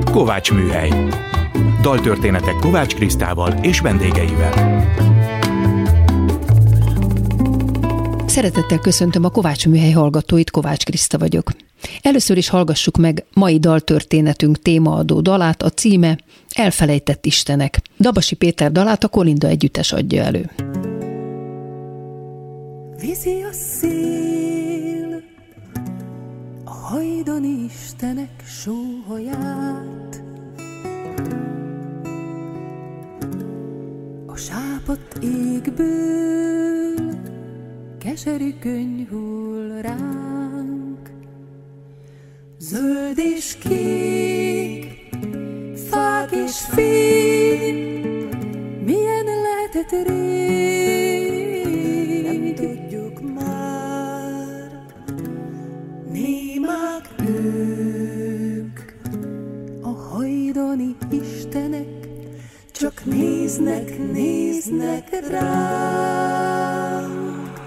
Kovács Műhely. Daltörténetek Kovács Krisztával és vendégeivel. Szeretettel köszöntöm a Kovács Műhely hallgatóit, Kovács Kriszta vagyok. Először is hallgassuk meg mai daltörténetünk témaadó dalát, a címe Elfelejtett Istenek. Dabasi Péter dalát a Kolinda együttes adja elő. Viszi a szél a hajdani istenek sóhaját, a sápadt égből keserű könny hull ránk. Zöld és kék, fák és fény, milyen lehetett rég, nem tudjuk már. Némák ők, a hajdani istenek, csak néznek ránk.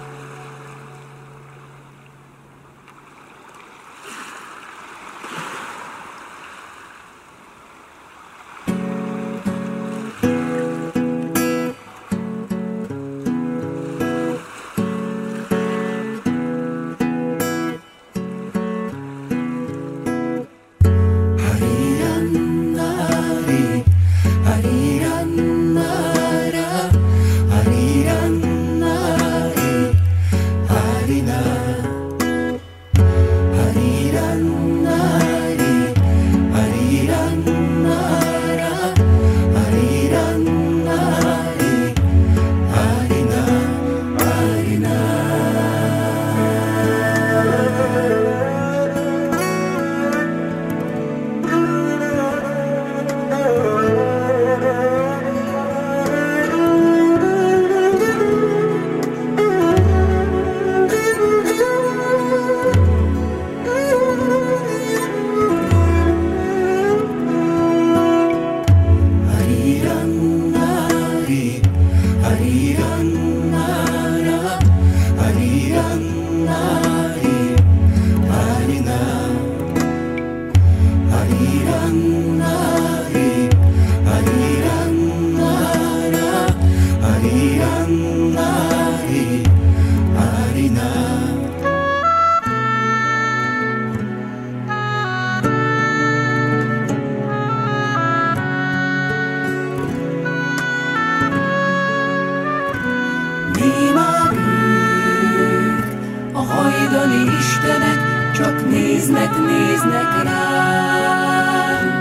Néznek ránk.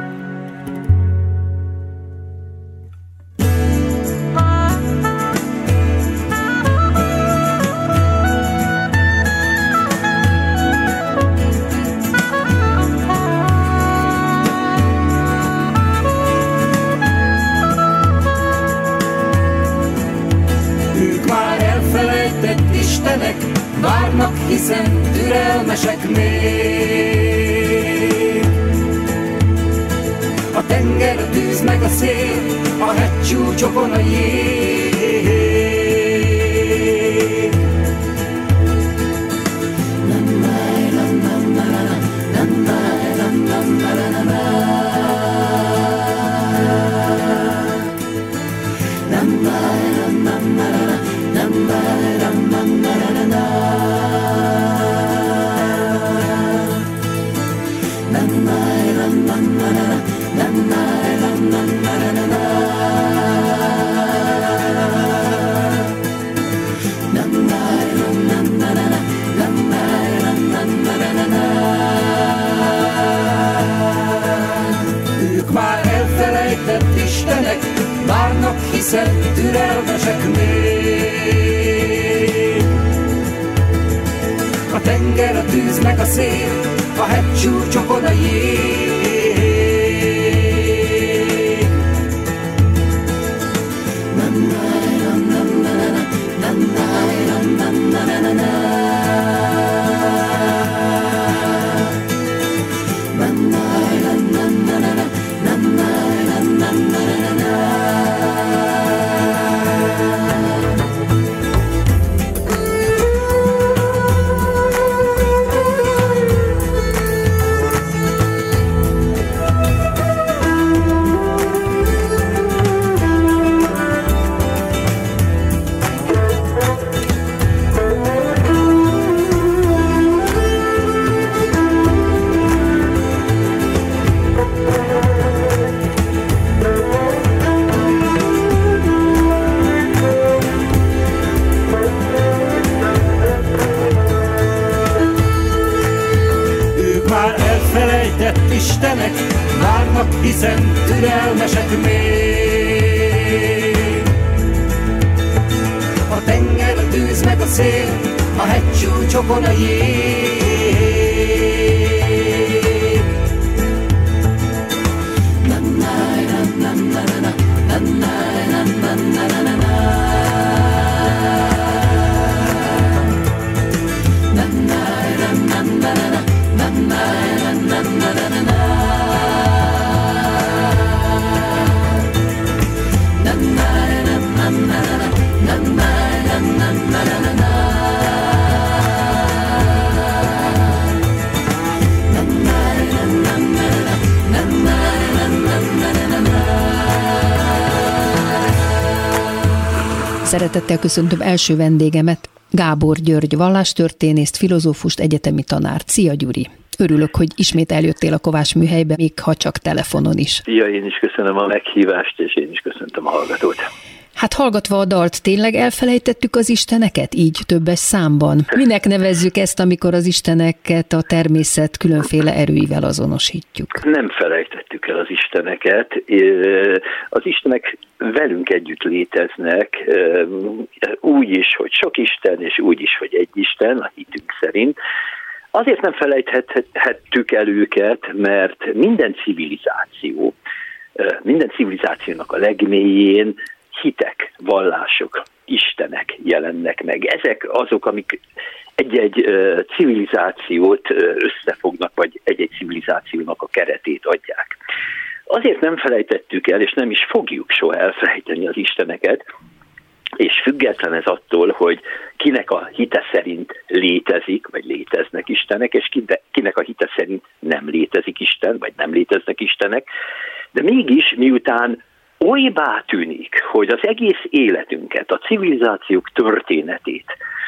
Ők már elfelejtett istenek, várnak, hiszen türelmesek még. A tenger, a tűz meg a szél, a hegycsúcsokon a jég. Ők már elfelejtett istenek, várnak, hiszen türelmesek még. A tenger, a tűz meg a szél, a hegycsúcsokon a jég. elfelejtett istenek várnak, hiszen türelmesek még. A tenger, a tűz meg a szél, a hegycsúcsokon a jég. Szeretettel köszöntöm első vendégemet, Gábor György vallástörténészt, filozófust, egyetemi tanárt. Szia, Gyuri! Örülök, hogy ismét eljöttél a Kovács műhelybe, még ha csak telefonon is. Szia, én is köszönöm a meghívást, és én is köszöntöm a hallgatót. Hát hallgatva a dalt, tényleg elfelejtettük az isteneket így többes számban? Minek nevezzük ezt, amikor az isteneket a természet különféle erőivel azonosítjuk? Nem felejtettük el az isteneket. Az istenek velünk együtt léteznek, úgy is, hogy sok isten, és úgy is, hogy egy isten, a hitünk szerint. Azért nem felejthettük el őket, mert minden civilizációnak a legmélyén hitek, vallások, istenek jelennek meg. Ezek azok, amik egy-egy civilizációt összefognak, vagy egy-egy civilizációnak a keretét adják. Azért nem felejtettük el, és nem is fogjuk soha elfelejteni az isteneket, és független ez attól, hogy kinek a hite szerint létezik, vagy léteznek istenek, és kinek a hite szerint nem létezik Isten, vagy nem léteznek istenek, de mégis miután olybá tűnik, hogy az egész életünket, a civilizációk történetét,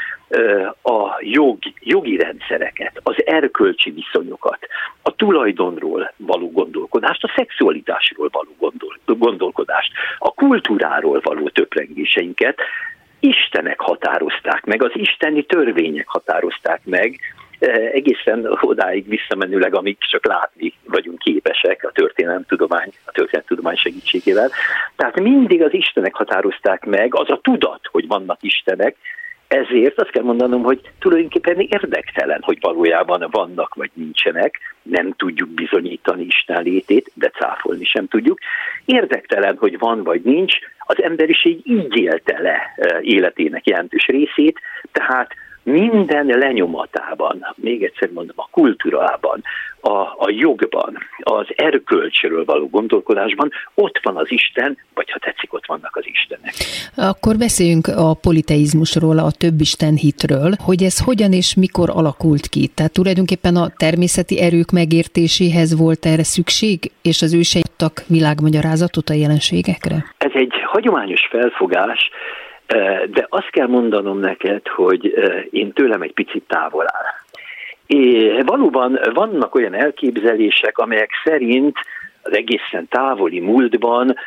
a jogi rendszereket, az erkölcsi viszonyokat, a tulajdonról való gondolkodást, a szexualitásról való gondolkodást, a kultúráról való töprengéseinket istenek határozták meg, az isteni törvények határozták meg, egészen odáig visszamenőleg, amíg csak látni vagyunk képesek a történelemtudomány segítségével. Tehát mindig az istenek határozták meg, az a tudat, hogy vannak istenek, ezért azt kell mondanom, hogy tulajdonképpen érdektelen, hogy valójában vannak vagy nincsenek, nem tudjuk bizonyítani Isten létét, de cáfolni sem tudjuk. Érdektelen, hogy van vagy nincs, az emberiség így élte le életének jelentős részét, tehát minden lenyomatában, még egyszer mondom, a kultúrában, a jogban, az erkölcsről való gondolkodásban ott van az Isten, vagy ha tetszik, ott vannak az istenek. Akkor beszéljünk a politeizmusról, a többisten hitről, hogy ez hogyan és mikor alakult ki. Tehát tulajdonképpen a természeti erők megértéséhez volt erre szükség, és az őseik adtak világmagyarázatot a jelenségekre? Ez egy hagyományos felfogás, de azt kell mondanom neked, hogy én tőlem egy picit távol áll. Valóban vannak olyan elképzelések, amelyek szerint az egészen távoli múltban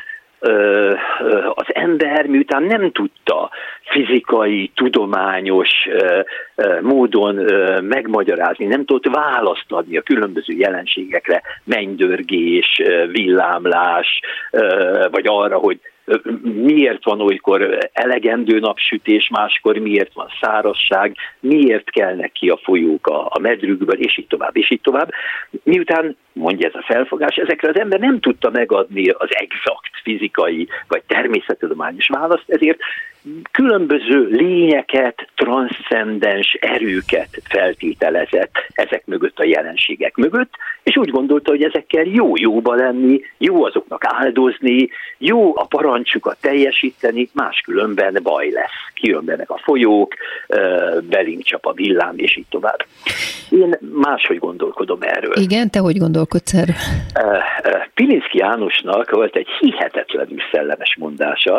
az ember, miután nem tudta fizikai, tudományos módon megmagyarázni, nem tudott választ adni a különböző jelenségekre, mennydörgés, villámlás, vagy arra, hogy miért van olykor elegendő napsütés, máskor miért van szárazság, miért kelnek ki a folyók a medrükből, és így tovább, és így tovább. Miután, mondja ez a felfogás, ezekre az ember nem tudta megadni az exakt fizikai vagy természettudományos választ, ezért különböző lényeket, transzcendens erőket feltételezett ezek mögött, a jelenségek mögött, és úgy gondolta, hogy ezekkel jóba lenni, jó azoknak áldozni, jó a parancsukat teljesíteni, máskülönben baj lesz. Kijönnek a folyók, belénk csap a villám, és így tovább. Én máshogy gondolkodom erről. Igen, te hogy gondolkodsz erről? Pilinszky Jánosnak volt egy hihetetlenül szellemes mondása,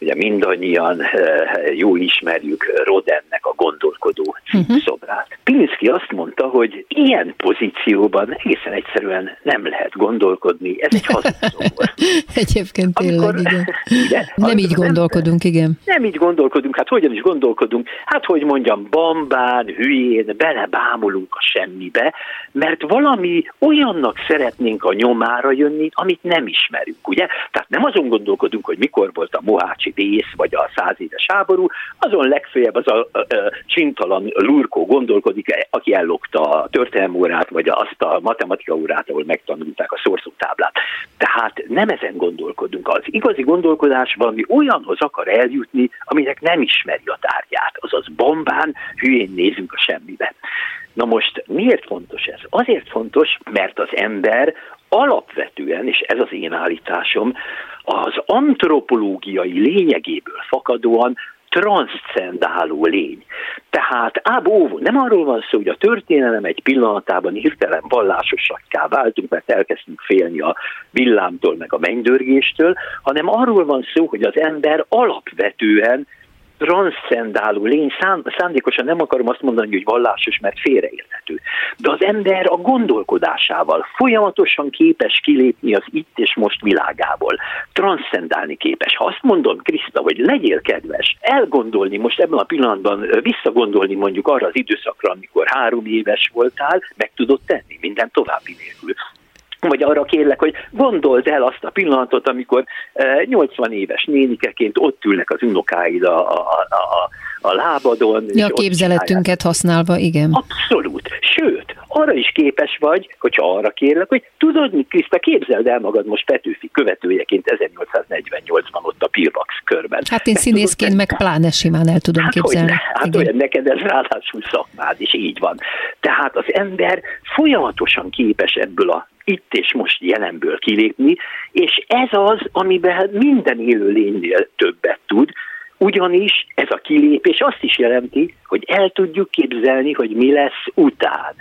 ugye mindannyian jól ismerjük Rodinnek a Gondolkodó című szobrát. Pilinszky azt mondta, hogy ilyen pozícióban egészen egyszerűen nem lehet gondolkodni, ez egy hazugszobor. Egyébként tényleg, igen. Nem így gondolkodunk, igen. Nem így gondolkodunk, hát hogyan is gondolkodunk? Hát, hogy mondjam, bambán, hülyén, belebámulunk a semmibe, mert valami olyannak szeretnénk a nyomára jönni, amit nem ismerünk, ugye? Tehát nem azon gondolkodunk, hogy mikor volt a mohácsi vész, vagy a 100 éves háború, azon legfeljebb az a csintalan lurkó gondolkodik, aki ellopta a történelmórát, vagy azt a matematika órát, ahol megtanulták a szorzótáblát. Tehát nem ezen gondolkodunk. Az igazi gondolkodás valami olyanhoz akar eljutni, aminek nem ismeri a tárgyát. Azaz bombán, hülyén nézünk a semmibe. Na most miért fontos ez? Azért fontos, mert az ember alapvetően, és ez az én állításom, az antropológiai lényegéből fakadóan transzcendáló lény. Tehát nem arról van szó, hogy a történelem egy pillanatában hirtelen vallásosakká váltunk, mert elkezdtünk félni a villámtól, meg a mennydörgéstől, hanem arról van szó, hogy az ember alapvetően transzcendáló lény, szándékosan nem akarom azt mondani, hogy vallásos, mert félreérthető. De az ember a gondolkodásával folyamatosan képes kilépni az itt és most világából. Transzcendálni képes. Ha azt mondom, Kriszta, hogy legyél kedves, elgondolni most ebben a pillanatban, visszagondolni mondjuk arra az időszakra, amikor 3 éves voltál, meg tudod tenni minden további nélkül. Vagy arra kérlek, hogy gondold el azt a pillanatot, amikor 80 éves nénikeként ott ülnek az unokáid a lábadon. Ja, a képzeletünket használva, igen. Abszolút. Sőt, arra is képes vagy, hogyha arra kérlek, hogy tudod mit, Kriszta, képzeld el magad most Petőfi követőjeként 1848-ban ott a Pilvax körben. Hát én színészként meg pláne simán el tudom képzelni. Hát olyan, neked ez ráadásul szakmád, és így van. Tehát az ember folyamatosan képes ebből a itt és most jelenből kilépni, és ez az, amiben minden élőlénynél többet tud, ugyanis ez a kilépés azt is jelenti, hogy el tudjuk képzelni, hogy mi lesz után,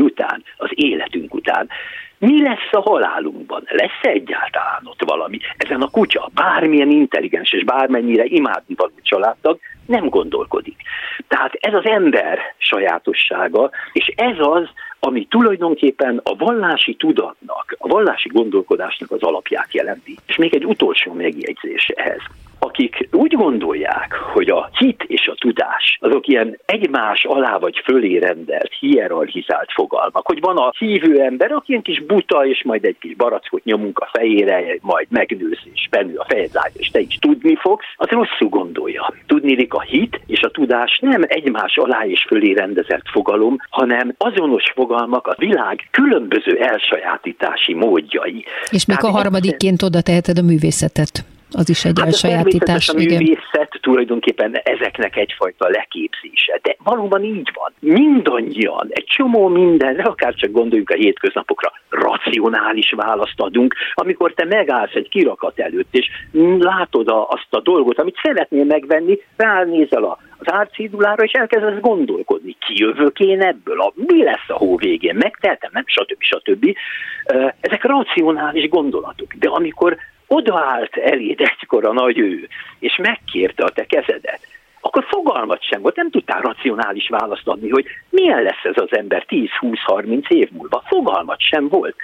az életünk után. Mi lesz a halálunkban? Lesz egyáltalán ott valami? Ezen a kutya, bármilyen intelligens és bármennyire imádnivaló családtag, nem gondolkodik. Tehát ez az ember sajátossága, és ez az, ami tulajdonképpen a vallási tudatnak, a vallási gondolkodásnak az alapját jelenti. És még egy utolsó megjegyzés ehhez. Akik úgy gondolják, hogy a hit és a tudás azok ilyen egymás alá vagy fölé rendelt, hierarchizált fogalmak, hogy van a hívő ember, aki ilyen kis buta, és majd egy kis barackot nyomunk a fejére, majd megnősz és benő a fejedlágy, és te is tudni fogsz, az rosszul gondolja. Tudniillik, a hit és a tudás nem egymás alá és fölé rendezett fogalom, hanem azonos fogalmak, a világ különböző elsajátítási módjai. És még a harmadikként oda teheted a művészetet. Az is egy elsajátítás. A művészet tulajdonképpen ezeknek egyfajta leképzése. De valóban így van. Mindannyian, egy csomó mindenre, akár csak gondoljuk a hétköznapokra, racionális választ adunk, amikor te megállsz egy kirakat előtt, és látod azt a dolgot, amit szeretnél megvenni, ránézel az árcédulára, és elkezdesz gondolkodni. Kijövök én ebből? Mi lesz a hó végén? Megtehetem? Nem? Stb. Ezek racionális gondolatok. De amikor odaállt eléd egykor a nagy ő, és megkérte a te kezedet, akkor fogalmat sem volt, nem tudtál racionális választ adni, hogy milyen lesz ez az ember 10-20-30 év múlva. Fogalmat sem volt.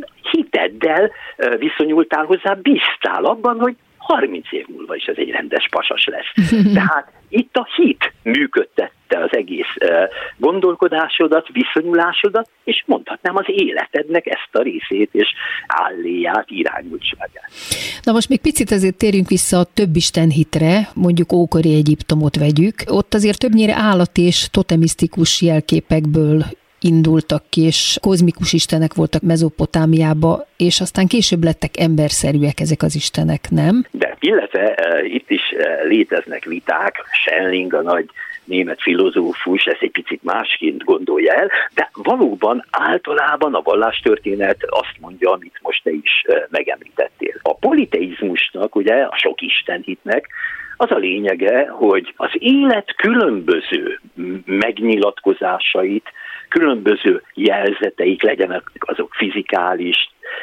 Hiteddel viszonyultál hozzá, bíztál abban, hogy 30 év múlva is ez egy rendes pasas lesz. Tehát itt a hit működtette az egész gondolkodásodat, viszonyulásodat, és mondhatnám az életednek ezt a részét és álléját, irányultságát. Na most még picit azért térjünk vissza a többisten hitre, mondjuk ókori Egyiptomot vegyük. Ott azért többnyire állati és totemisztikus jelképekből indultak ki, és kozmikus istenek voltak Mezopotámiába, és aztán később lettek emberszerűek ezek az istenek, nem? De illetve itt is léteznek viták, Schelling, a nagy német filozófus ezt egy picit másként gondolja el, de valóban általában a vallástörténet azt mondja, amit most te is megemlítettél. A politeizmusnak, ugye a sok istenhitnek az a lényege, hogy az élet különböző megnyilatkozásait, különböző jelzeteik legyenek azok fizikális,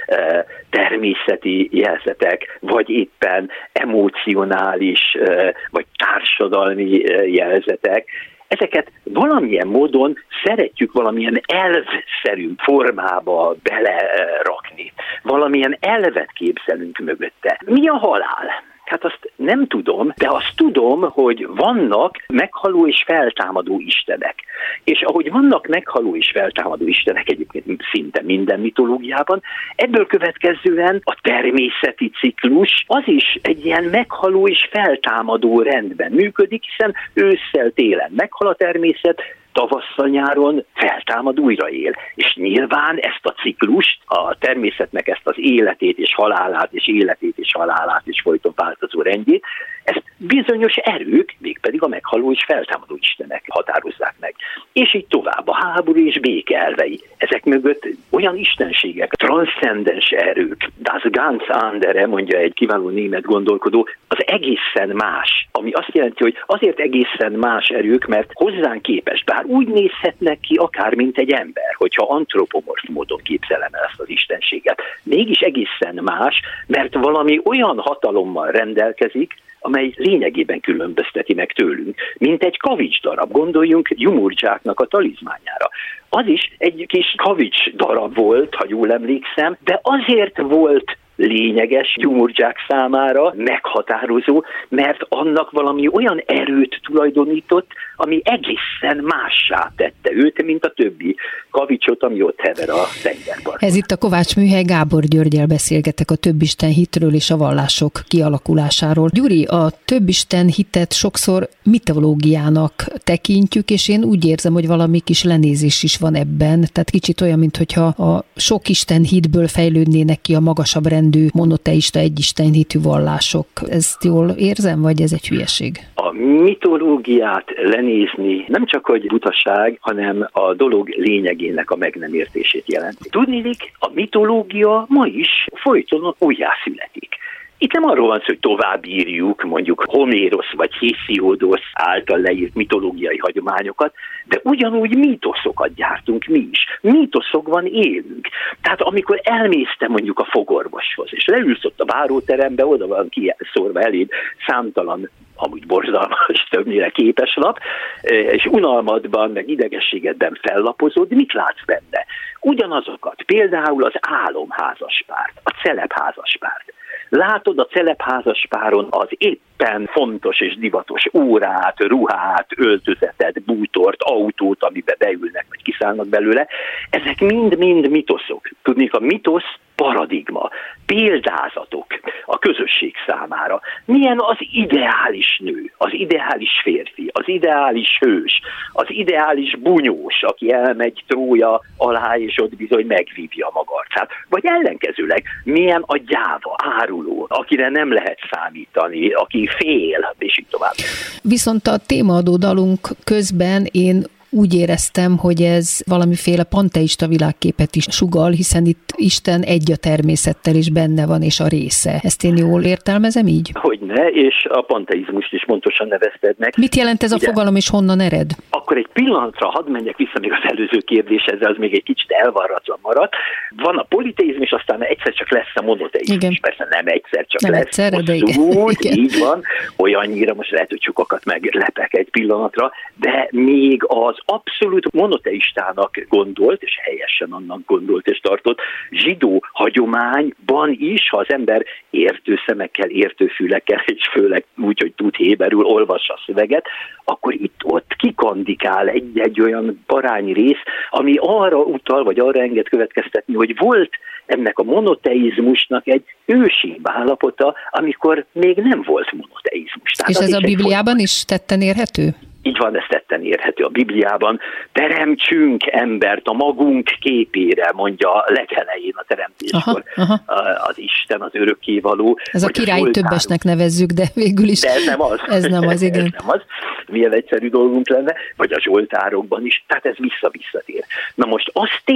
természeti jelzetek, vagy éppen emocionális, vagy társadalmi jelzetek. Ezeket valamilyen módon szeretjük valamilyen elvszerű formába belerakni. Valamilyen elvet képzelünk mögötte. Mi a halál? Hát azt nem tudom, de azt tudom, hogy vannak meghaló és feltámadó istenek. És ahogy vannak meghaló és feltámadó istenek egyébként szinte minden mitológiában, ebből következően a természeti ciklus az is egy ilyen meghaló és feltámadó rendben működik, hiszen ősszel, télen meghal a természet, tavasszal, nyáron feltámad, újraél. És nyilván ezt a ciklust, a természetnek ezt az életét és halálát, és életét és halálát, és folyton változó rendjét, ezt bizonyos erők, mégpedig a meghaló és feltámadó istenek határozzák meg. És így tovább, a háború és béke elvei. Ezek mögött olyan istenségek, transzcendens erők, das ganz andere, mondja egy kiváló német gondolkodó, az egészen más. Ami azt jelenti, hogy azért egészen más erők, mert hozzánk képest, bár úgy nézhetnek ki akár, mint egy ember, hogyha antropomorf módon képzelem el ezt az istenséget. Mégis egészen más, mert valami olyan hatalommal rendelkezik, amely lényegében különbözteti meg tőlünk, mint egy kavics darab. Gondoljunk Jumurdzsáknak a talizmányára. Az is egy kis kavics darab volt, ha jól emlékszem, de azért volt lényeges Jumurdzsák számára, meghatározó, mert annak valami olyan erőt tulajdonított, ami egészen mássá tette őt, mint a többi kavicsot, ami ott hever a tengerparton. Ez itt a Kovács Műhely, Gábor Györggyel beszélgetek a többisten hitről és a vallások kialakulásáról. Gyuri, a többisten hitet sokszor mitológiának tekintjük, és én úgy érzem, hogy valami kis lenézés is van ebben, tehát kicsit olyan, mintha a sok isten hitből fejlődnének ki a magasabb rendű monoteista, egyisten hitű vallások. Ezt jól érzem, vagy ez egy hülyeség? A mitológiát lenézni nem csak hogy butaság, hanem a dolog lényegének a meg nem értését jelenti. Tudniillik, a mitológia ma is folyton újjászületik. Itt nem arról van szó, hogy tovább írjuk mondjuk Homérosz vagy Hésiódosz által leírt mitológiai hagyományokat, de ugyanúgy mítoszokat gyártunk mi is. Mítoszokban élünk. Tehát amikor elmésztem mondjuk a fogorvoshoz, és leülsz ott a váróterembe, oda van kiszórva eléd számtalan, amúgy borzalmas, többnyire képeslap, és unalmadban, meg idegességedben fellapozod, mit látsz benne? Ugyanazokat, például az álomházaspárt, a celebházaspárt. Látod a celebházaspáron az éppen fontos és divatos órát, ruhát, öltözetet, bútort, autót, amiben beülnek, vagy kiszállnak belőle. Ezek mind-mind mitoszok. Tudnék, a mitosz paradigma, példázatok a közösség számára. Milyen az ideális nő, az ideális férfi, az ideális hős, az ideális bunyós, aki elmegy Trója alá, és ott bizony megvívja a magarcát. Vagy ellenkezőleg, milyen a gyáva, áruló, akire nem lehet számítani, aki fél, és így tovább. Viszont a témaadó dalunk közben én úgy éreztem, hogy ez valamiféle panteista világképet is sugall, hiszen itt Isten egy a természettel is benne van, és a része. Ezt én jól értelmezem így? Hogyne, és a panteizmust is pontosan nevezted meg. Mit jelent ez a fogalom, és honnan ered? Akkor egy pillanatra hadd menjek vissza még az előző kérdéshez, az még egy kicsit elvarratlan maradt. Van a politeizmus, aztán egyszer csak lesz a monoteizmus. Igen. Persze nem egyszer csak nem lesz. Egyszerre, de igen. Így van. Olyannyira, most lehet, hogy sokakat meglepek egy pillanatra, de még az abszolút monoteistának gondolt, és helyesen annak gondolt és tartott zsidó hagyományban is, ha az ember értő szemekkel, értő fülekkel, és főleg úgy, hogy tud héberül, olvassa a szöveget, akkor itt-ott kikandikál egy olyan parányi rész, ami arra utal, vagy arra enged következtetni, hogy volt ennek a monoteizmusnak egy ősi állapota, amikor még nem volt monoteizmus. Tehát és ez a Bibliában is tetten érhető? Így van, ez tetten érhető a Bibliában. Teremtsünk embert a magunk képére, mondja legelején a teremtéskor az Isten, az örökkévaló. Ez a királyi többesnek nevezzük, de végül is. De ez nem az. Ez nem az, igen. Ez nem az. Milyen egyszerű dolgunk lenne, vagy a zsoltárokban is. Tehát ez visszatér. Na most az tény,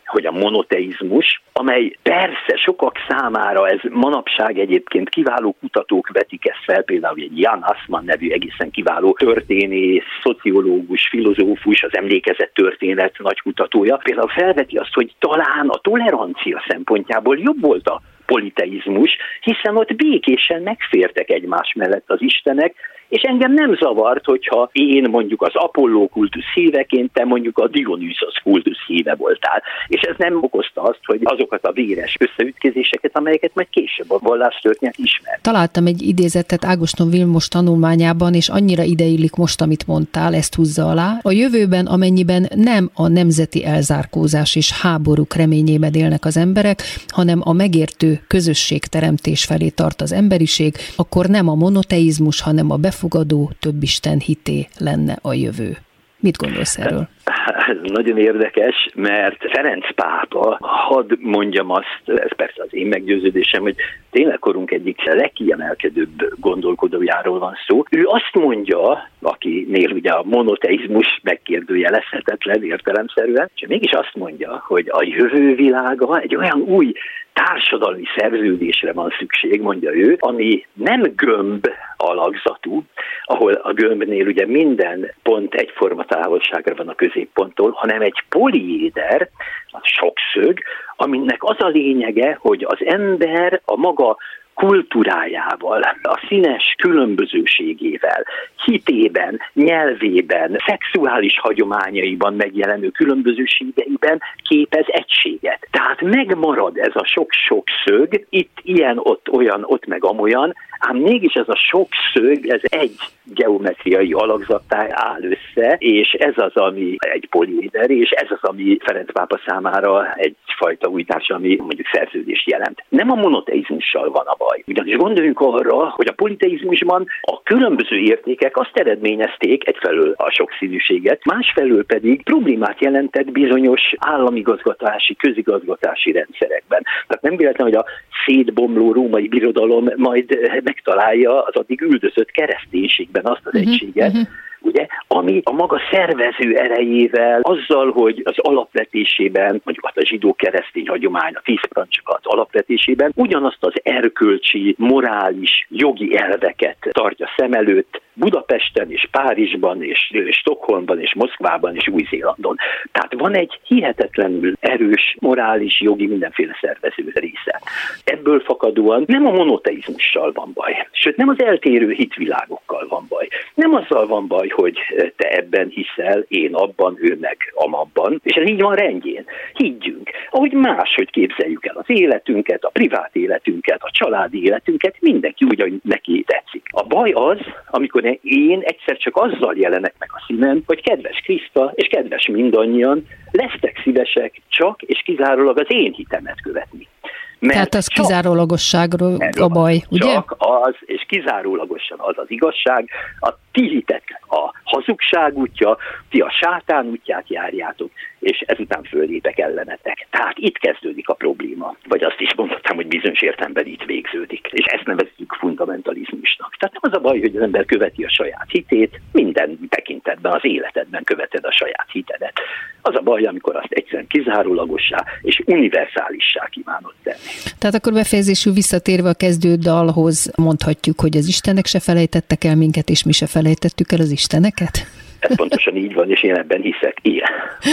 hogy a monoteizmus, amely persze sokak számára, ez manapság egyébként kiváló kutatók vetik ezt fel, például egy Jan Assmann nevű egészen kiváló történész, szociológus, filozófus, az emlékezett történet nagy kutatója, például felveti azt, hogy talán a tolerancia szempontjából jobb volt a politeizmus, hiszen ott békésen megfértek egymás mellett az istenek, és engem nem zavart, hogyha én mondjuk az Apolló kultusz híveként, te mondjuk a Dionysos kultusz híve voltál. És ez nem okozta azt, hogy azokat a véres összeütközéseket, amelyeket majd később a vallástörténet ismer. Találtam egy idézetet Ágoston Vilmos tanulmányában, és annyira ideillik most, amit mondtál, ezt húzza alá. A jövőben, amennyiben nem a nemzeti elzárkózás és háborúk reményében élnek az emberek, hanem a megértő közösségteremtés felé tart az emberiség, akkor nem a monoteizmus, hanem a befogadó többisten hité lenne a jövő. Mit gondolsz erről? Nagyon érdekes, mert Ferenc pápa, hadd mondjam azt, ez persze az én meggyőződésem, hogy tényleg korunk egyik legkiemelkedőbb gondolkodójáról van szó. Ő azt mondja, akinél ugye a monoteizmus megkérdőjelezhetetlen értelemszerűen, és mégis azt mondja, hogy a jövő világa egy olyan új társadalmi szerződésre van szükség, mondja ő, ami nem gömb alakzatú, ahol a gömbnél ugye minden pont egyforma távolságra van a középponttól, hanem egy poliéder, a sokszög, aminek az a lényege, hogy az ember a maga kultúrájával, a színes különbözőségével, hitében, nyelvében, szexuális hagyományaiban megjelenő különbözőségeiben képez egységet. Tehát megmarad ez a sok-sok szög, itt ilyen, ott olyan, ott meg amolyan, ám mégis ez a sok szög, ez egy geometriai alakzattá áll össze, és ez az, ami egy poliéder, és ez az, ami Ferenc pápa számára egyfajta új társadalmi mondjuk szerződést jelent. Nem a monoteizmussal van a baj. Ugyanis gondoljunk arra, hogy a politeizmusban a különböző értékek azt eredményezték, egyfelől a sokszínűséget, másfelől pedig problémát jelentett bizonyos államigazgatási, közigazgatási rendszerekben. Tehát nem véletlen, hogy a szétbomló római birodalom majd megtalálja az addig üldözött kereszténységben azt az egységet, ugye, ami a maga szervező erejével, azzal, hogy az alapvetésében, mondjuk a zsidó-keresztény hagyomány, a 10 parancsokat alapvetésében ugyanazt az erkölcsi, morális, jogi elveket tartja szem előtt Budapesten és Párizsban és Stockholmban és Moszkvában és Új-Zélandon. Tehát van egy hihetetlenül erős, morális, jogi, mindenféle szervező része. Ebből fakadóan nem a monoteizmussal van baj, sőt nem az eltérő hitvilágokkal van baj. Nem azzal van baj, hogy te ebben hiszel, én abban, ő meg amabban, és ez így van rendjén. Higgyünk. Ahogy máshogy képzeljük el az életünket, a privát életünket, a családi életünket, mindenki úgy, ahogy neki tetszik. A baj az, amikor én egyszer csak azzal jelenek meg a színen, hogy kedves Kriszta, és kedves mindannyian, lesztek szívesek csak és kizárólag az én hitemet követni. Tehát az kizárólagosságról a baj, ugye? Csak az, és kizárólagosan az az igazság, a ti hitek a hazugság útja, ti a sátán útját járjátok, és ezután föllépek ellenetek. Tehát itt kezdődik a probléma. Vagy azt is mondhatnám, hogy bizonyos értelemben itt végződik. És ezt nevezzük fundamentalizmusnak. Tehát nem az a baj, hogy az ember követi a saját hitét, minden tekintetben az életedben követed a saját hitedet. Az a baj, amikor azt egyszerűen kizárólagossá és univerzálissá kívánod tenni. Tehát akkor befejezésül visszatérve a kezdődalhoz mondhatjuk, hogy az istenek se felejtettek el minket, és mi se felejtettük el az isteneket? Ez pontosan így van, és én ebben hiszek. Igen.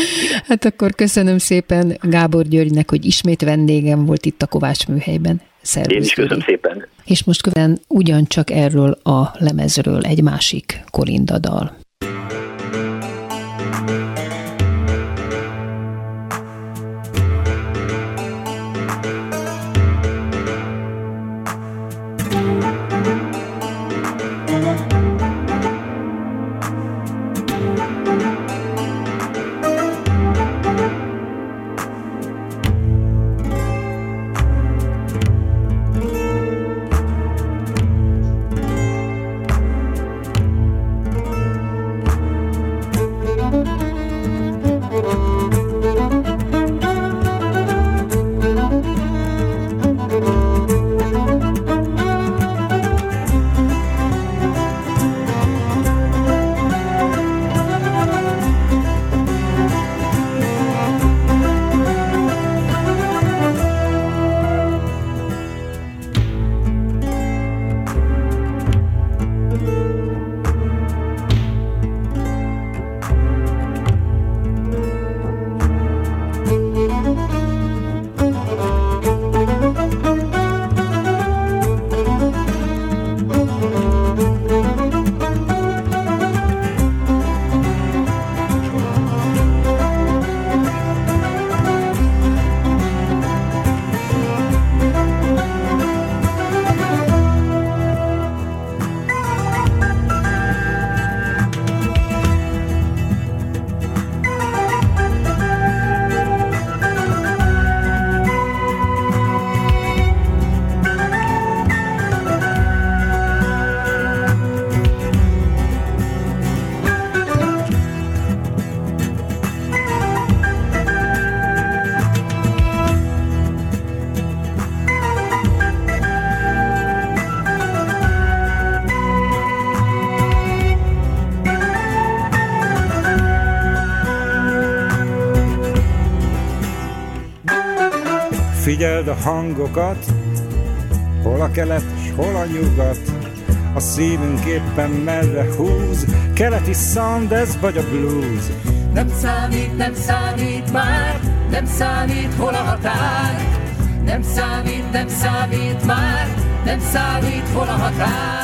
Hát akkor köszönöm szépen Gábor Györgynek, hogy ismét vendégem volt itt a Kovács Műhelyben. Szervusz, én is köszönöm szépen. És most követően ugyancsak erről a lemezről egy másik Korinda dal. Figyeld a hangokat, hol a kelet, s hol a nyugat, a szívünk éppen merre húz, keleti sound ez vagy a blues. Nem számít már, nem számít hol a határ. Nem számít már, nem számít hol a határ.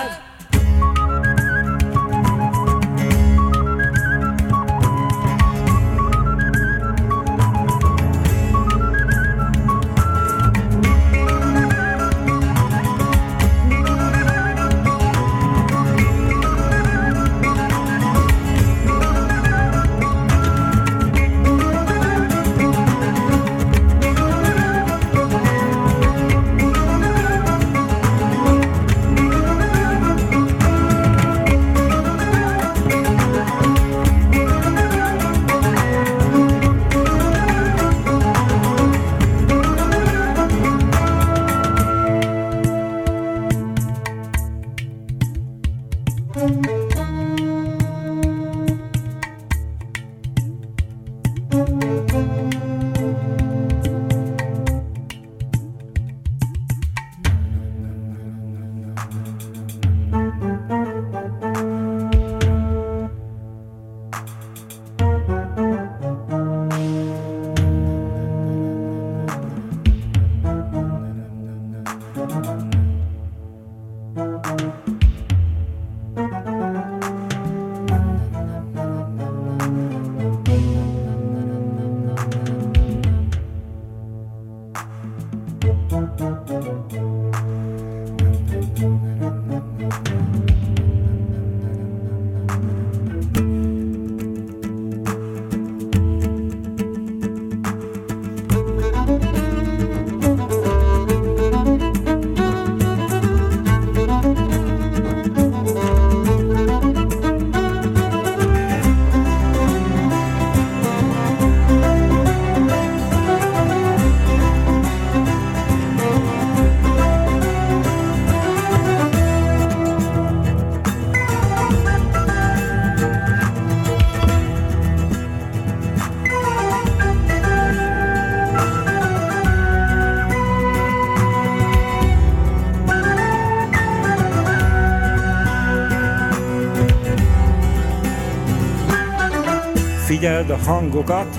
Figyeld a hangokat,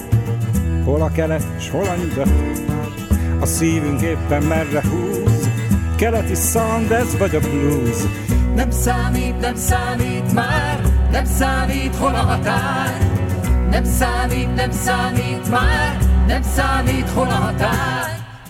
hol a kelet, s hol a nyugat, a szívünk éppen merre húz, keleti sound ez vagy a blues. Nem számít már, nem számít hol a határ. Nem számít már, nem számít hol a határ.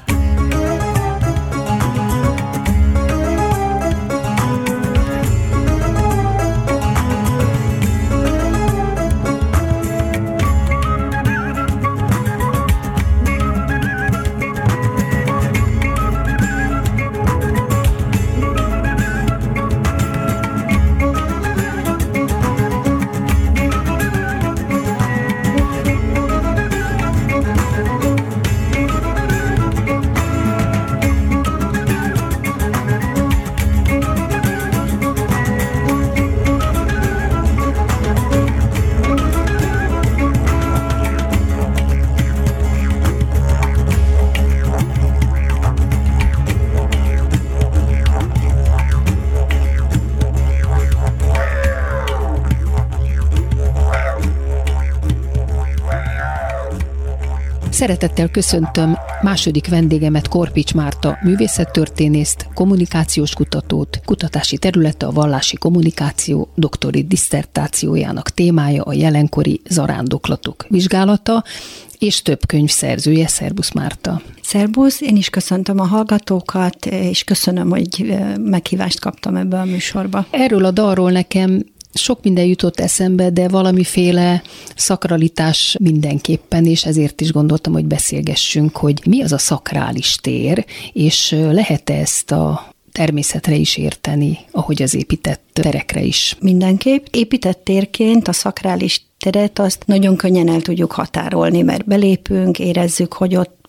Szeretettel köszöntöm második vendégemet, Korpics Márta művészettörténészt, kommunikációs kutatót, kutatási területe a vallási kommunikáció, doktori disszertációjának témája a jelenkori zarándoklatok vizsgálata, és több könyv szerzője. Szerbusz Márta! Szerbusz, én is köszöntöm a hallgatókat, és köszönöm, hogy meghívást kaptam ebbe a műsorba. Erről a dalról nekem sok minden jutott eszembe, de valamiféle szakralitás mindenképpen, és ezért is gondoltam, hogy beszélgessünk, hogy mi az a szakrális tér, és lehet-e ezt a természetre is érteni, ahogy az épített terekre is. Mindenképp. Épített térként a szakrális teret azt nagyon könnyen el tudjuk határolni, mert belépünk, érezzük, hogy ott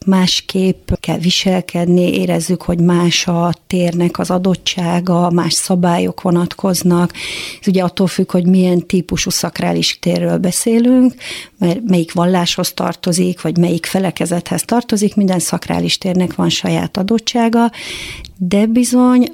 másképp kell viselkedni, érezzük, hogy más a térnek az adottsága, más szabályok vonatkoznak. Ez ugye attól függ, hogy milyen típusú szakrális térről beszélünk, mert melyik valláshoz tartozik, vagy melyik felekezethez tartozik, minden szakrális térnek van saját adottsága, de bizony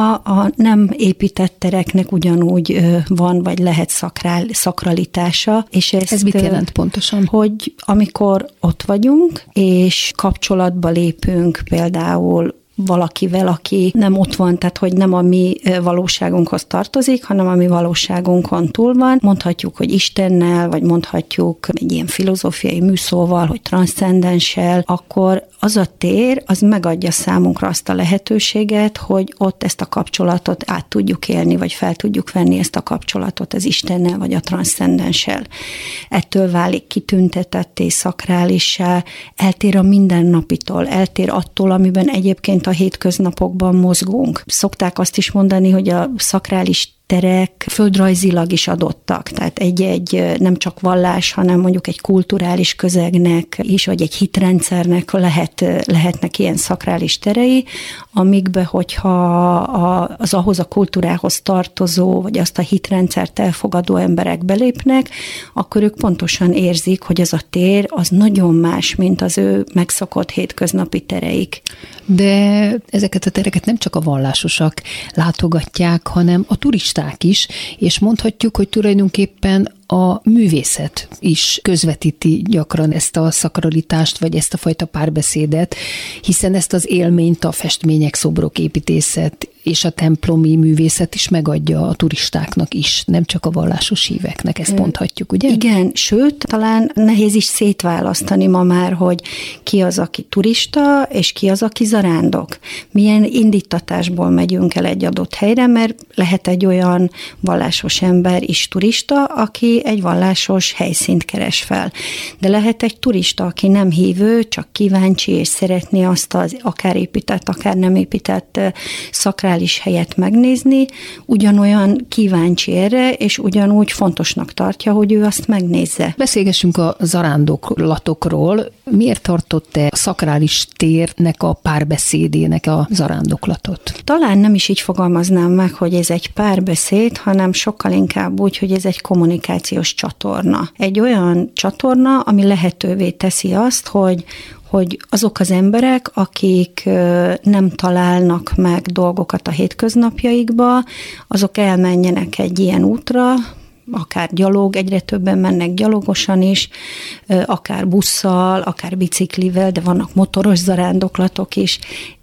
a nem épített tereknek ugyanúgy van, vagy lehet szakralitása. És ez mit jelent pontosan? Hogy amikor ott vagyunk, és kapcsolatba lépünk például valakivel, aki nem ott van, tehát hogy nem a mi valóságunkhoz tartozik, hanem a mi valóságunkon túl van. Mondhatjuk, hogy Istennel, vagy mondhatjuk egy ilyen filozófiai műszóval, hogy transzcendenssel, akkor az a tér, az megadja számunkra azt a lehetőséget, hogy ott ezt a kapcsolatot át tudjuk élni, vagy fel tudjuk venni ezt a kapcsolatot az Istennel, vagy a transzcendenssel. Ettől válik kitüntetetté, szakrálissá, eltér a mindennapitól, eltér attól, amiben egyébként a hétköznapokban mozgunk. Szokták azt is mondani, hogy a szakrális terek földrajzilag is adottak, tehát egy nem csak vallás, hanem mondjuk egy kulturális közegnek is, vagy egy hitrendszernek lehetnek ilyen szakrális terei, amikbe, hogyha az ahhoz a kultúrához tartozó, vagy azt a hitrendszert elfogadó emberek belépnek, akkor ők pontosan érzik, hogy az a tér az nagyon más, mint az ő megszokott hétköznapi tereik. De ezeket a tereket nem csak a vallásosak látogatják, hanem a turisták is, és mondhatjuk, hogy tulajdonképpen a művészet is közvetíti gyakran ezt a szakralitást, vagy ezt a fajta párbeszédet, hiszen ezt az élményt a festmények, szobrok, építészet és a templomi művészet is megadja a turistáknak is, nem csak a vallásos híveknek, ezt mondhatjuk, ugye? Igen, sőt, talán nehéz is szétválasztani ma már, hogy ki az, aki turista, és ki az, aki zarándok. Milyen indítatásból megyünk el egy adott helyre, mert lehet egy olyan vallásos ember is turista, aki egy vallásos helyszínt keres fel. De lehet egy turista, aki nem hívő, csak kíváncsi, és szeretné azt az akár épített, akár nem épített szakrális helyet megnézni, ugyanolyan kíváncsi erre, és ugyanúgy fontosnak tartja, hogy ő azt megnézze. Beszélgessünk a zarándoklatokról. Miért tartott te a szakrális térnek a párbeszédének a zarándoklatot? Talán nem is így fogalmaznám meg, hogy ez egy párbeszéd, hanem sokkal inkább úgy, hogy ez egy kommunikációs csatorna. Egy olyan csatorna, ami lehetővé teszi azt, hogy azok az emberek, akik nem találnak meg dolgokat a hétköznapjaikba, azok elmenjenek egy ilyen útra, akár gyalog, egyre többen mennek gyalogosan is, akár busszal, akár biciklivel, de vannak motoros zarándoklatok is,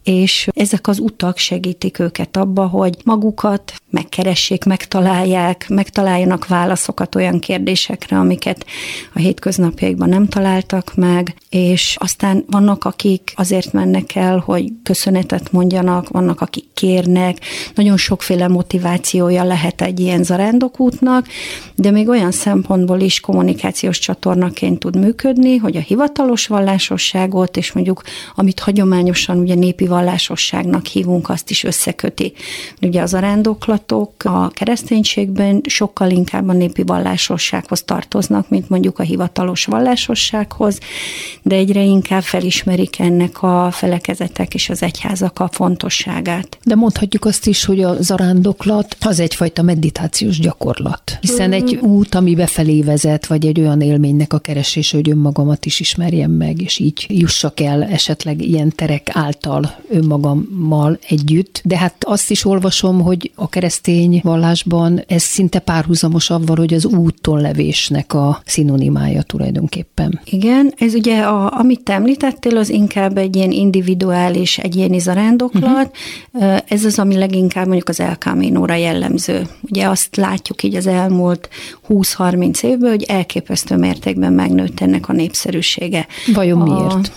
és ezek az utak segítik őket abba, hogy magukat megkeressék, megtaláljanak válaszokat olyan kérdésekre, amiket a hétköznapjaikban nem találtak meg, és aztán vannak, akik azért mennek el, hogy köszönetet mondjanak, vannak, akik kérnek, nagyon sokféle motivációja lehet egy ilyen zarándokútnak, de még olyan szempontból is kommunikációs csatornaként tud működni, hogy a hivatalos vallásosságot, és mondjuk, amit hagyományosan ugye népi vallásosságnak hívunk, azt is összeköti. Ugye az zarándoklatok a kereszténységben sokkal inkább a népi vallásossághoz tartoznak, mint mondjuk a hivatalos vallásossághoz, de egyre inkább felismerik ennek a felekezetek és az egyházak a fontosságát. De mondhatjuk azt is, hogy a zarándoklat az egyfajta meditációs gyakorlat, hiszen egy út, ami befelé vezet, vagy egy olyan élménynek a keresése, hogy önmagamat is ismerjem meg, és így jussak el esetleg ilyen terek által önmagammal együtt. De hát azt is olvasom, hogy a keresztény vallásban ez szinte párhuzamos avval, hogy az úton levésnek a szinonimája tulajdonképpen. Igen, ez ugye, amit említettél, az inkább egy ilyen individuális, egyéni zarándoklat. Ez az, ami leginkább mondjuk az El Camino-ra jellemző. Ugye azt látjuk így az elmúlt 20-30 évben, hogy elképesztő mértékben megnőtt ennek a népszerűsége. Vajon miért?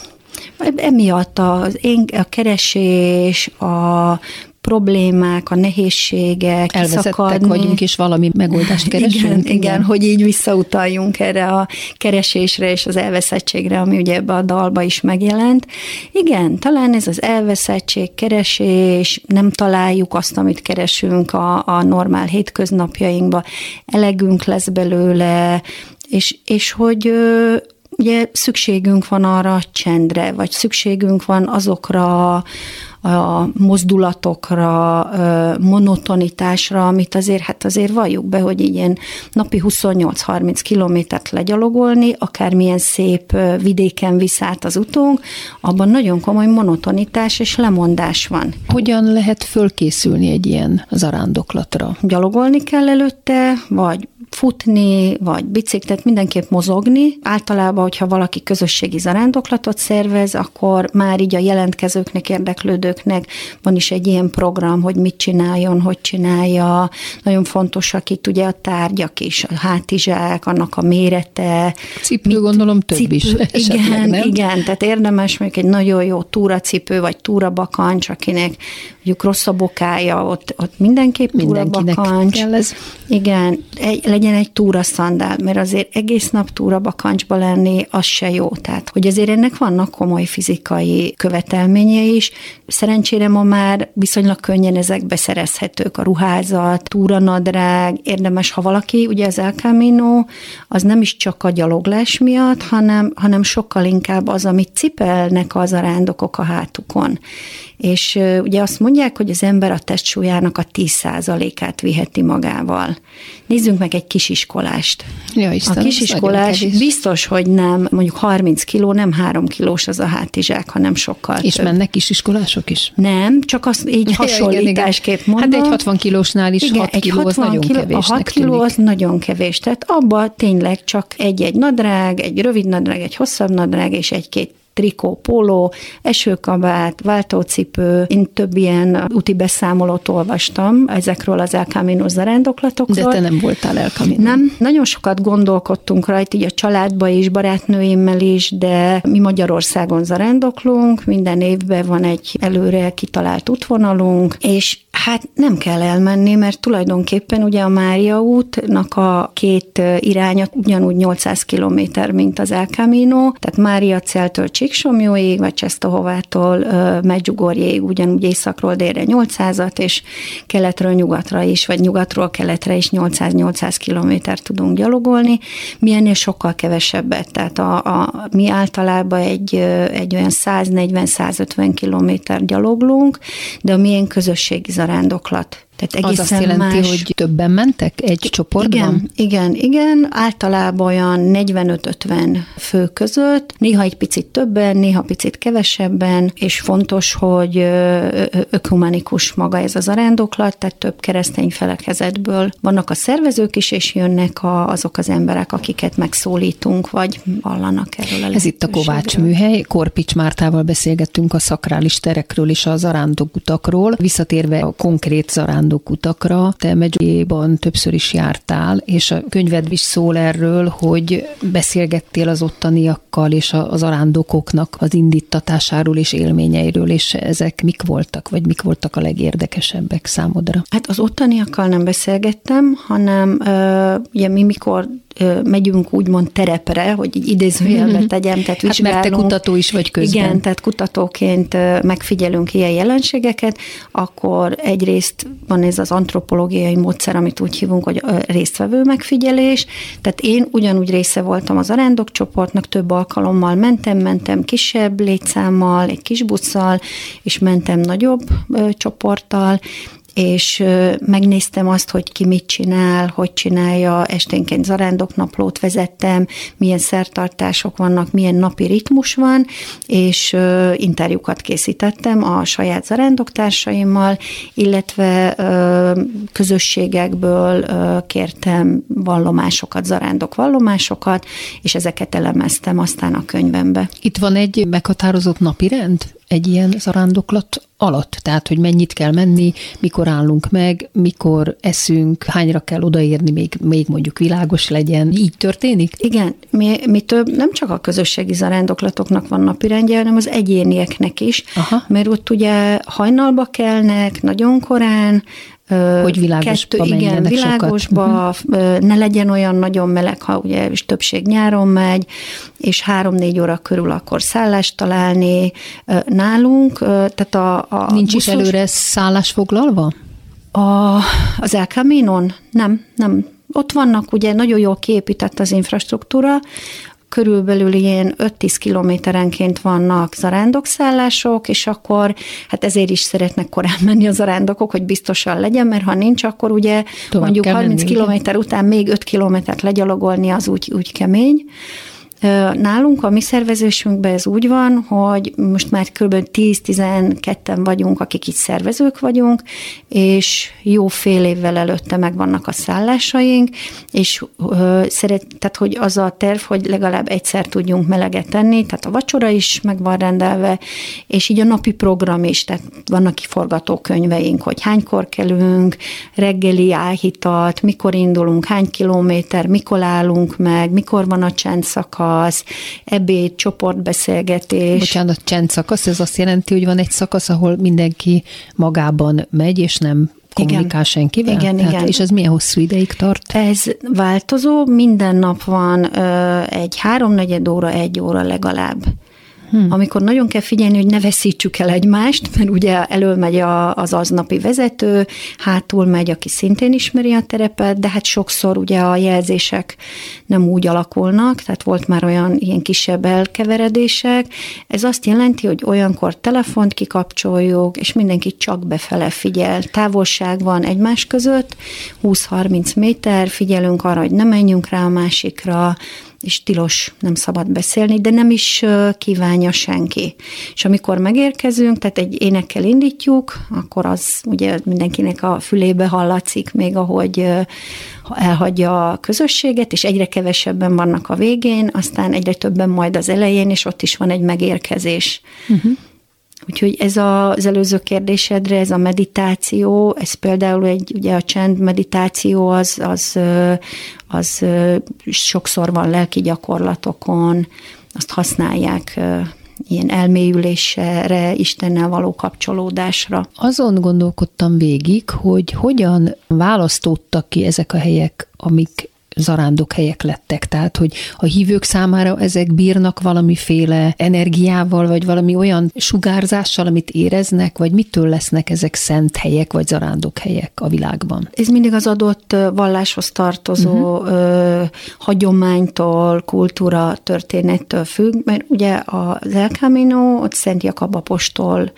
Emiatt a keresés, a problémák, a nehézségek, elvezettek vagyunk, és valami megoldást keresünk. Igen, hogy így visszautaljunk erre a keresésre és az elveszettségre, ami ugye ebbe a dalba is megjelent. Igen, talán ez az elveszettség, keresés, nem találjuk azt, amit keresünk a normál hétköznapjainkba, elegünk lesz belőle, és hogy ugye szükségünk van arra a csendre, vagy szükségünk van azokra a mozdulatokra, monotonitásra, amit azért valljuk be, hogy ilyen napi 28-30 kilométert legyalogolni, akármilyen szép vidéken visz át az utunk, abban nagyon komoly monotonitás és lemondás van. Hogyan lehet fölkészülni egy ilyen zarándoklatra? Gyalogolni kell előtte, vagy futni, vagy biciklet, mindenképp mozogni. Általában, hogyha valaki közösségi zarándoklatot szervez, akkor már így a jelentkezőknek, érdeklődőknek van is egy ilyen program, hogy mit csináljon, hogy csinálja. Nagyon fontosak itt ugye a tárgyak is, a hátizsák, annak a mérete. Cipő, gondolom több is. Igen, tehát érdemes mondjuk egy nagyon jó túracipő, vagy túrabakancs, akinek mondjuk rossz a bokája, ott mindenképp túrabakancs. Kell ez. Igen, legyen egy túraszandál, mert azért egész nap túrabakancsba lenni, az se jó. Tehát, hogy azért ennek vannak komoly fizikai követelményei is. Szerencsére ma már viszonylag könnyen ezek beszerezhetők, a ruházat, túranadrág, érdemes, ha valaki, ugye az El Camino, az nem is csak a gyaloglás miatt, hanem sokkal inkább az, amit cipelnek a zarándokok a hátukon. És ugye azt mondják, hogy az ember a testsúlyának a 10%-át viheti magával. Nézzünk meg egy kisiskolást. Ja, Isten, a kisiskolás biztos, hogy nem, mondjuk 30 kiló, nem 3 kilós az a hátizsák, hanem sokkal és több. Mennek kisiskolások is? Nem, csak azt így hasonlításképp mondom. Hát egy 60 kilósnál is 6 kiló az nagyon kevésnek A 6 kiló az nagyon kevés. Tehát abban tényleg csak egy nadrág, egy rövid nadrág, egy hosszabb nadrág és egy-két trikó, póló, esőkabát, váltócipő. Én több ilyen úti beszámolót olvastam ezekről az El Camino zarándoklatokról. De te nem voltál El Camino. Nem. Nagyon sokat gondolkodtunk rajta, így a családba is, barátnőimmel is, de mi Magyarországon zarándoklunk, minden évben van egy előre kitalált útvonalunk, és hát nem kell elmenni, mert tulajdonképpen ugye a Mária útnak a két iránya ugyanúgy 800 kilométer, mint az El Camino, tehát Máriaceltől Csíksomjóig, vagy Czestohovától Medjugorjéig ugyanúgy északról délre 800-at, és keletről nyugatra is, vagy nyugatról keletre is 800-800 kilométert tudunk gyalogolni. Mi ennél sokkal kevesebbet, tehát mi általában egy olyan 140-150 kilométer gyaloglunk, de a milyen közösségi zarándoklat. Tehát az azt jelenti, hogy többen mentek egy csoportban? Igen. Általában olyan 45-50 fő között, néha egy picit többen, néha picit kevesebben, és fontos, hogy ökumenikus maga ez a zarándoklat, tehát több keresztény felekezetből vannak a szervezők is, és jönnek azok az emberek, akiket megszólítunk, vagy vallanak erről a Ez itt a Kovács műhely. Korpics Mártával beszélgettünk a szakrális terekről és a zarándokutakról. Visszatérve a konkrét zarándokutakra, te Medjugorjéban többször is jártál, és a könyved is szól erről, hogy beszélgettél az ottaniakkal és a zarándokoknak az indítatásáról és élményeiről, és ezek mik voltak, vagy mik voltak a legérdekesebbek számodra? Hát az ottaniakkal nem beszélgettem, hanem ugye mi mikor megyünk úgymond terepre, hogy így idézőjelbe tegyem, tehát vizsgálunk. Hát mert te kutató is vagy közben. Igen, tehát kutatóként megfigyelünk ilyen jelenségeket, akkor egyrészt van ez az antropológiai módszer, amit úgy hívunk, hogy résztvevő megfigyelés, tehát én ugyanúgy része voltam az zarándokcsoportnak, több alkalommal mentem kisebb létszámmal, egy kis busszal, és mentem nagyobb csoporttal, és megnéztem azt, hogy ki mit csinál, hogy csinálja, esténként zarándoknaplót vezettem, milyen szertartások vannak, milyen napi ritmus van, és interjúkat készítettem a saját zarándoktársaimmal, illetve közösségekből kértem vallomásokat, zarándok vallomásokat, és ezeket elemeztem aztán a könyvembe. Itt van egy meghatározott napirend egy ilyen zarándoklat alatt? Tehát, hogy mennyit kell menni, mikor állunk meg, mikor eszünk, hányra kell odaérni, még mondjuk világos legyen. Így történik? Igen, mi több, nem csak a közösségi zarándoklatoknak van napirendje, hanem az egyénieknek is, Aha. Mert ott ugye hajnalba kelnek, nagyon korán, hogy világosba menjenek világosba, ne legyen olyan nagyon meleg, ha ugye és többség nyáron megy, és 3-4 óra körül akkor szállást találni nálunk. Tehát nincs is előre szállás foglalva? Az El Caminon? Nem. Ott vannak ugye nagyon jól kiépített az infrastruktúra, körülbelül ilyen 5-10 kilométerenként vannak zarándokszállások, és akkor hát ezért is szeretnek korán menni a zarándokok, hogy biztosan legyen, mert ha nincs, akkor ugye tovább mondjuk 30 kilométer után még 5 kilométert legyalogolni az úgy kemény. Nálunk a mi szervezésünkben ez úgy van, hogy most már kb. 10-12 vagyunk, akik itt szervezők vagyunk, és jó fél évvel előtte megvannak a szállásaink, és tehát, hogy az a terv, hogy legalább egyszer tudjunk meleget tenni, tehát a vacsora is meg van rendelve, és így a napi program is, tehát vannak forgatókönyveink, hogy hánykor kelünk, reggeli áhítat, mikor indulunk, hány kilométer, mikor állunk meg, mikor van a csendszakasz, ebéd, csoportbeszélgetés. Bocsánat, csendszakasz, ez azt jelenti, hogy van egy szakasz, ahol mindenki magában megy, és nem kommunikál senkivel? Igen. És ez milyen hosszú ideig tart? Ez változó, minden nap van egy 3-4 óra, 1 óra legalább. Amikor nagyon kell figyelni, hogy ne veszítsük el egymást, mert ugye elől megy az aznapi vezető, hátul megy, aki szintén ismeri a terepet, de hát sokszor ugye a jelzések nem úgy alakulnak, tehát volt már olyan ilyen kisebb elkeveredések. Ez azt jelenti, hogy olyankor telefont kikapcsoljuk, és mindenki csak befele figyel. Távolság van egymás között, 20-30 méter, figyelünk arra, hogy ne menjünk rá a másikra, és tilos, nem szabad beszélni, de nem is kívánja senki. És amikor megérkezünk, tehát egy énekkel indítjuk, akkor az ugye mindenkinek a fülébe hallatszik még, ahogy elhagyja a közösséget, és egyre kevesebben vannak a végén, aztán egyre többen majd az elején, és ott is van egy megérkezés. Úgyhogy ez az előző kérdésedre, ez a meditáció, ez például ugye a csend meditáció az sokszor van lelki gyakorlatokon, azt használják ilyen elmélyülésre, Istennel való kapcsolódásra. Azon gondolkodtam végig, hogy hogyan választottak ki ezek a helyek, amik zarándokhelyek lettek. Tehát, hogy a hívők számára ezek bírnak valamiféle energiával, vagy valami olyan sugárzással, amit éreznek, vagy mitől lesznek ezek szent helyek, vagy zarándokhelyek a világban? Ez mindig az adott valláshoz tartozó hagyománytól, kultúra, történettől függ, mert ugye az El Camino, ott Szent Jakab apostol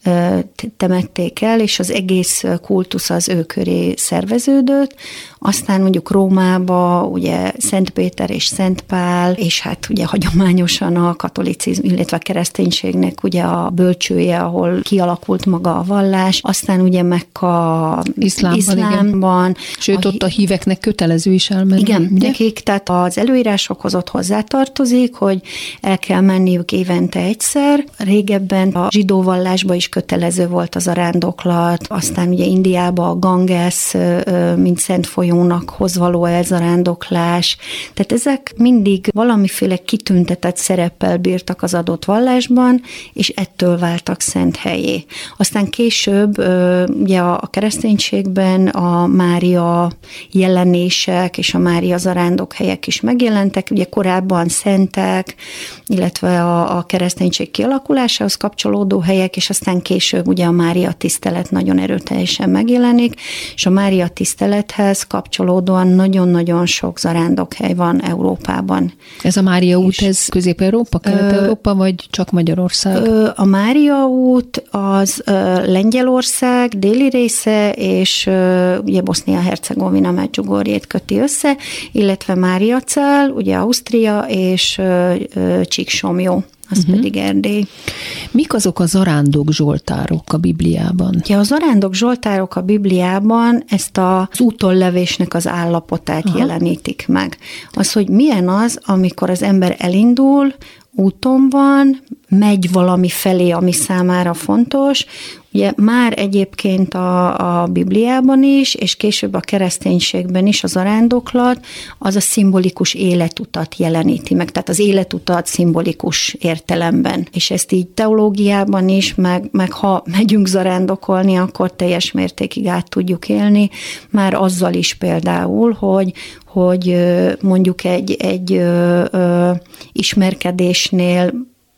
temették el, és az egész kultusz az ő köré szerveződött. Aztán mondjuk Rómába ugye Szent Péter és Szent Pál, és hát ugye hagyományosan a katolicizmus, illetve a kereszténységnek ugye a bölcsője, ahol kialakult maga a vallás. Aztán ugye Mekka iszlámban. Sőt, ott a híveknek kötelező is elmenni. Igen, nekik, tehát az előírásokhoz ott hozzátartozik, hogy el kell menniük évente egyszer. Régebben a zsidó vallásban is kötelező volt az zarándoklat, aztán ugye Indiában a Ganges, mint szent folyónak való elzarándoklás. Tehát ezek mindig valamiféle kitüntetett szereppel bírtak az adott vallásban, és ettől váltak szent helyé. Aztán később ugye a kereszténységben a Mária jelenések és a Mária zarándokhelyek is megjelentek, ugye korábban szentek, illetve a kereszténység kialakulásához kapcsolódó helyek, és aztán később ugye a Mária tisztelet nagyon erőteljesen megjelenik, és a Mária tisztelethez kapcsolódóan nagyon-nagyon sok zarándokhely van Európában. Ez a Mária út, ez Közép-Európa, Kelet-Európa, vagy csak Magyarország? A Mária út az Lengyelország déli része, és ugye Bosznia-Hercegovina Medjugorjét köti össze, illetve Máriacál, ugye Ausztria, és Csíksomlyó, az pedig Erdély. Mik azok a zarándok zsoltárok a Bibliában? Ja, a zarándok zsoltárok a Bibliában ezt az útonlevésnek az állapotát jelenítik meg. Az, hogy milyen az, amikor az ember elindul, úton van, megy valami felé, ami számára fontos. Ugye már egyébként a Bibliában is, és később a kereszténységben is a zarándoklat, az a szimbolikus életutat jeleníti meg, tehát az életutat szimbolikus értelemben. És ezt így teológiában is, meg ha megyünk zarándokolni, akkor teljes mértékig át tudjuk élni, már azzal is például, hogy mondjuk egy ismerkedésnél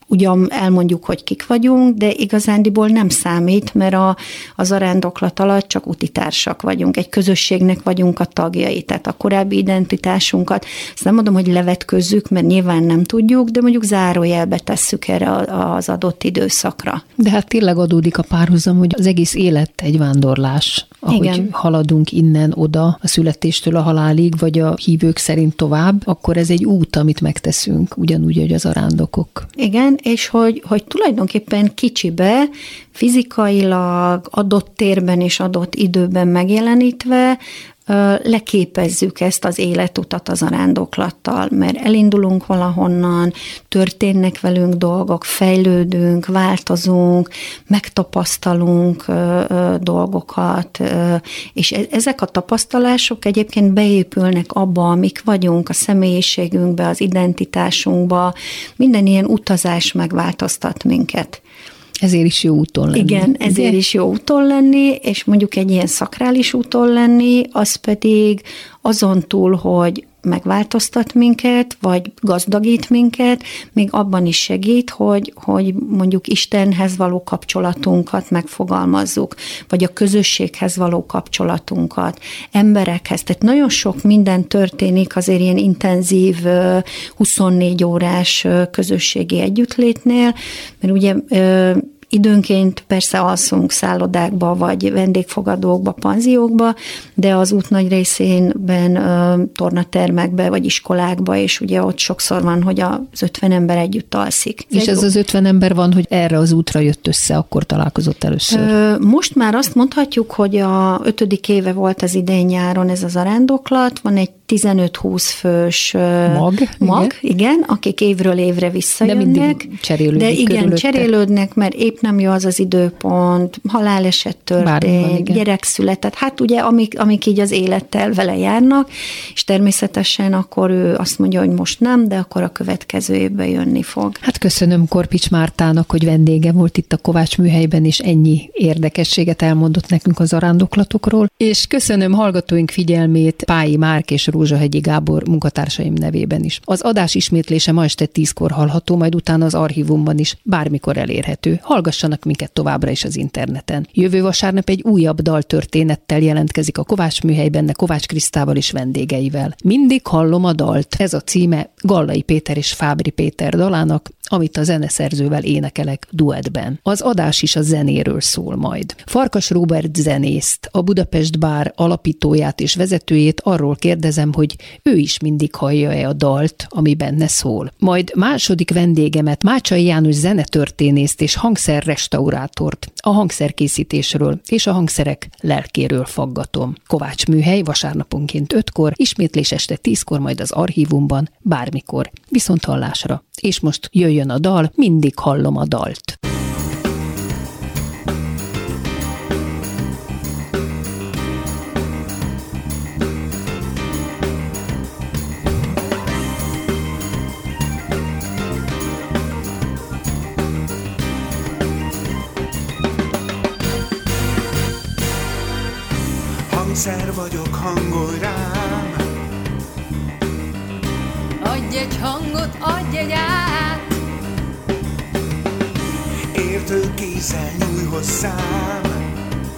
ugyan elmondjuk, hogy kik vagyunk, de igazándiból nem számít, mert a zarándoklat alatt csak utitársak vagyunk, egy közösségnek vagyunk a tagjai, tehát a korábbi identitásunkat, ezt nem mondom, hogy levetközzük, mert nyilván nem tudjuk, de mondjuk zárójelbe tesszük erre az adott időszakra. De hát tényleg adódik a párhuzam, hogy az egész élet egy vándorlás, ahogy igen. haladunk innen oda, a születéstől a halálig, vagy a hívők szerint tovább, akkor ez egy út, amit megteszünk, ugyanúgy, hogy az arándokok. Igen, és hogy tulajdonképpen kicsibe, fizikailag, adott térben és adott időben megjelenítve, leképezzük ezt az életutat az arándoklattal, mert elindulunk valahonnan, történnek velünk dolgok, fejlődünk, változunk, megtapasztalunk dolgokat, és ezek a tapasztalások egyébként beépülnek abba, amik vagyunk, a személyiségünkbe, az identitásunkba, minden ilyen utazás megváltoztat minket. Ezért is jó úton lenni. Igen, ezért is jó úton lenni, és mondjuk egy ilyen szakrális úton lenni, az pedig azon túl, hogy megváltoztat minket, vagy gazdagít minket, még abban is segít, hogy mondjuk Istenhez való kapcsolatunkat megfogalmazzuk, vagy a közösséghez való kapcsolatunkat, emberekhez. Tehát nagyon sok minden történik azért ilyen intenzív 24 órás közösségi együttlétnél, mert ugye időnként persze alszunk szállodákba, vagy vendégfogadókba, panziókba, de az út nagy részénben tornatermekbe, vagy iskolákba, és ugye ott sokszor van, hogy az 50 ember együtt alszik. És ez az 50 ember van, hogy erre az útra jött össze, akkor találkozott először? Most már azt mondhatjuk, hogy a 5. éve volt az idén nyáron ez az arándoklat, van egy 15-20 fős mag, igen, akik évről évre visszajönnek. De mindig cserélődik. De igen, cserélődnek, mert épp nem jó az az időpont, haláleset történt, gyerek született, hát ugye amik így az élettel vele járnak, és természetesen akkor ő azt mondja, hogy most nem, de akkor a következő évben jönni fog. Hát köszönöm Korpics Mártának, hogy vendége volt itt a Kovács Műhelyben, és ennyi érdekességet elmondott nekünk az arándoklatokról, és köszönöm hallgatóink figyelmét Pályi Márk és Rózsahegyi Gábor munkatársaim nevében is. Az adás ismétlése ma este 10-kor hallható, majd utána az archívumban is bármikor elérhető. Hallgassanak minket továbbra is az interneten. Jövő vasárnap egy újabb daltörténettel jelentkezik a Kovács Műhelyben, de Kovács Krisztával és vendégeivel. Mindig hallom a dalt. Ez a címe Gallai Péter és Fábri Péter dalának, amit a zeneszerzővel énekelek duettben. Az adás is a zenéről szól majd. Farkas Róbert zenészt, a Budapest Bár alapítóját és vezetőjét arról kérdezem, hogy ő is mindig hallja-e a dalt, ami benne szól. Majd második vendégemet, Mácsai János zenetörténészt és hangszerrestaurátort a hangszerkészítésről és a hangszerek lelkéről faggatom. Kovács Műhely vasárnaponként 5-kor, ismétlés este 10-kor, majd az archívumban bármikor. Viszont hallásra. És most jöjjön a dal, mindig hallom a dalt. Hangszer vagyok, hangolj rám. Adj egy hangot, adj egy át. Értő kézzel nyújj hozzám.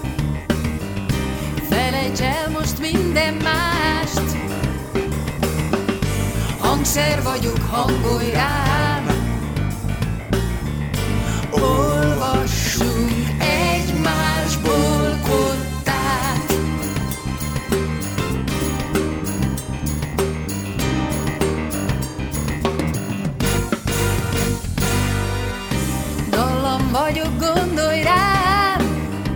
Felejts el most minden mást. Hangszer vagyok, hangolj rám. Olvassunk egymásból kottát. Dallam vagyok, gondolj rám.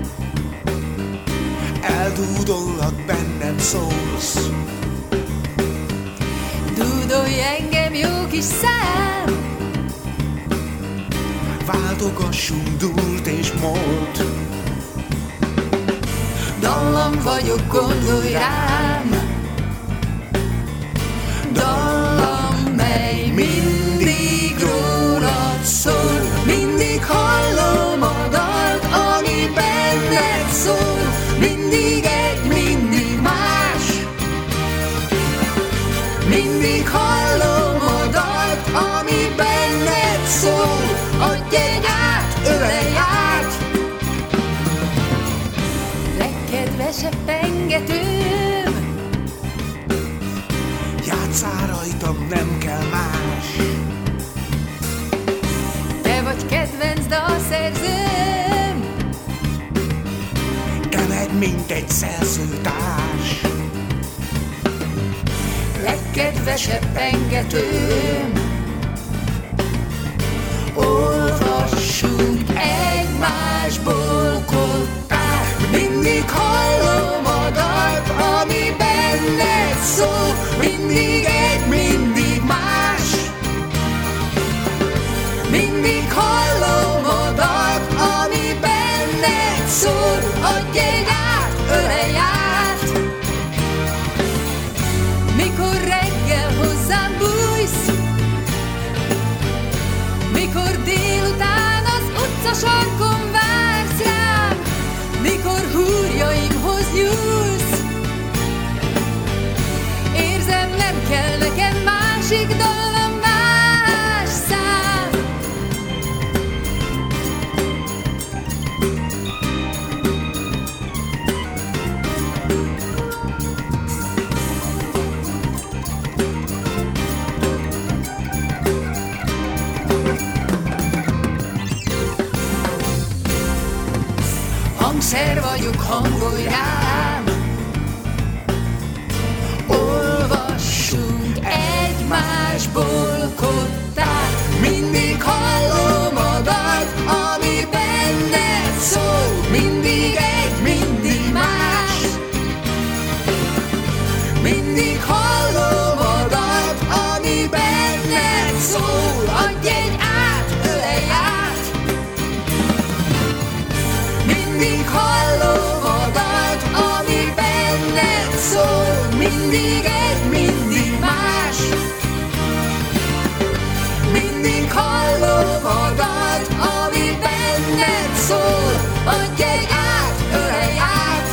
Eldúdollak, bennem szólsz. Dúdolj engem, jó kis szám. Váltogassunk dúlt és mód. Dallam vagyok, gondolj rám. Dallam, mely mindig rólad szól. Mindig hallom a dalt, ami benned szól. Mindig egy, mindig más. Mindig hallom a dalt, ami benned szól. legkedvesebb pengetőm. Játsszál rajtam, nem kell más. Te vagy kedvenc dalszerzőm. Te meg mint egy szerzőtárs. Legkedvesebb pengetőm. Olvassunk egymásból kottát. Mindig hallom a dalt, ami benned szól. Mindig egy, mindig más. Mindig hallom a dalt, ami benned szól. Adj egy át, ölelj át. Mikor reggel hozzám bújsz, mikor délután az utcasankon vársz rám, mikor húrjaimhoz nyúlsz, érzem, nem kell nekem másik dallam, más szám. Hangszer vagyok, hangolj rám. Olvassunk egymásból kottát. Mindig hallom a dalt, ami benned szól. Mindig egy, mindig más. Mindig hallom a dalt, ami benned szól. Adj egy át, ölelj át. Mindig hallom a dalt, ami benned szól. Mindig egy, mindig más. Mindig hallom a dalt, ami benned szól. Adj egy át, ölelj át.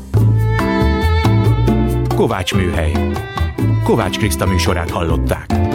Kovács Műhely. Kovács Kriszta műsorát hallották.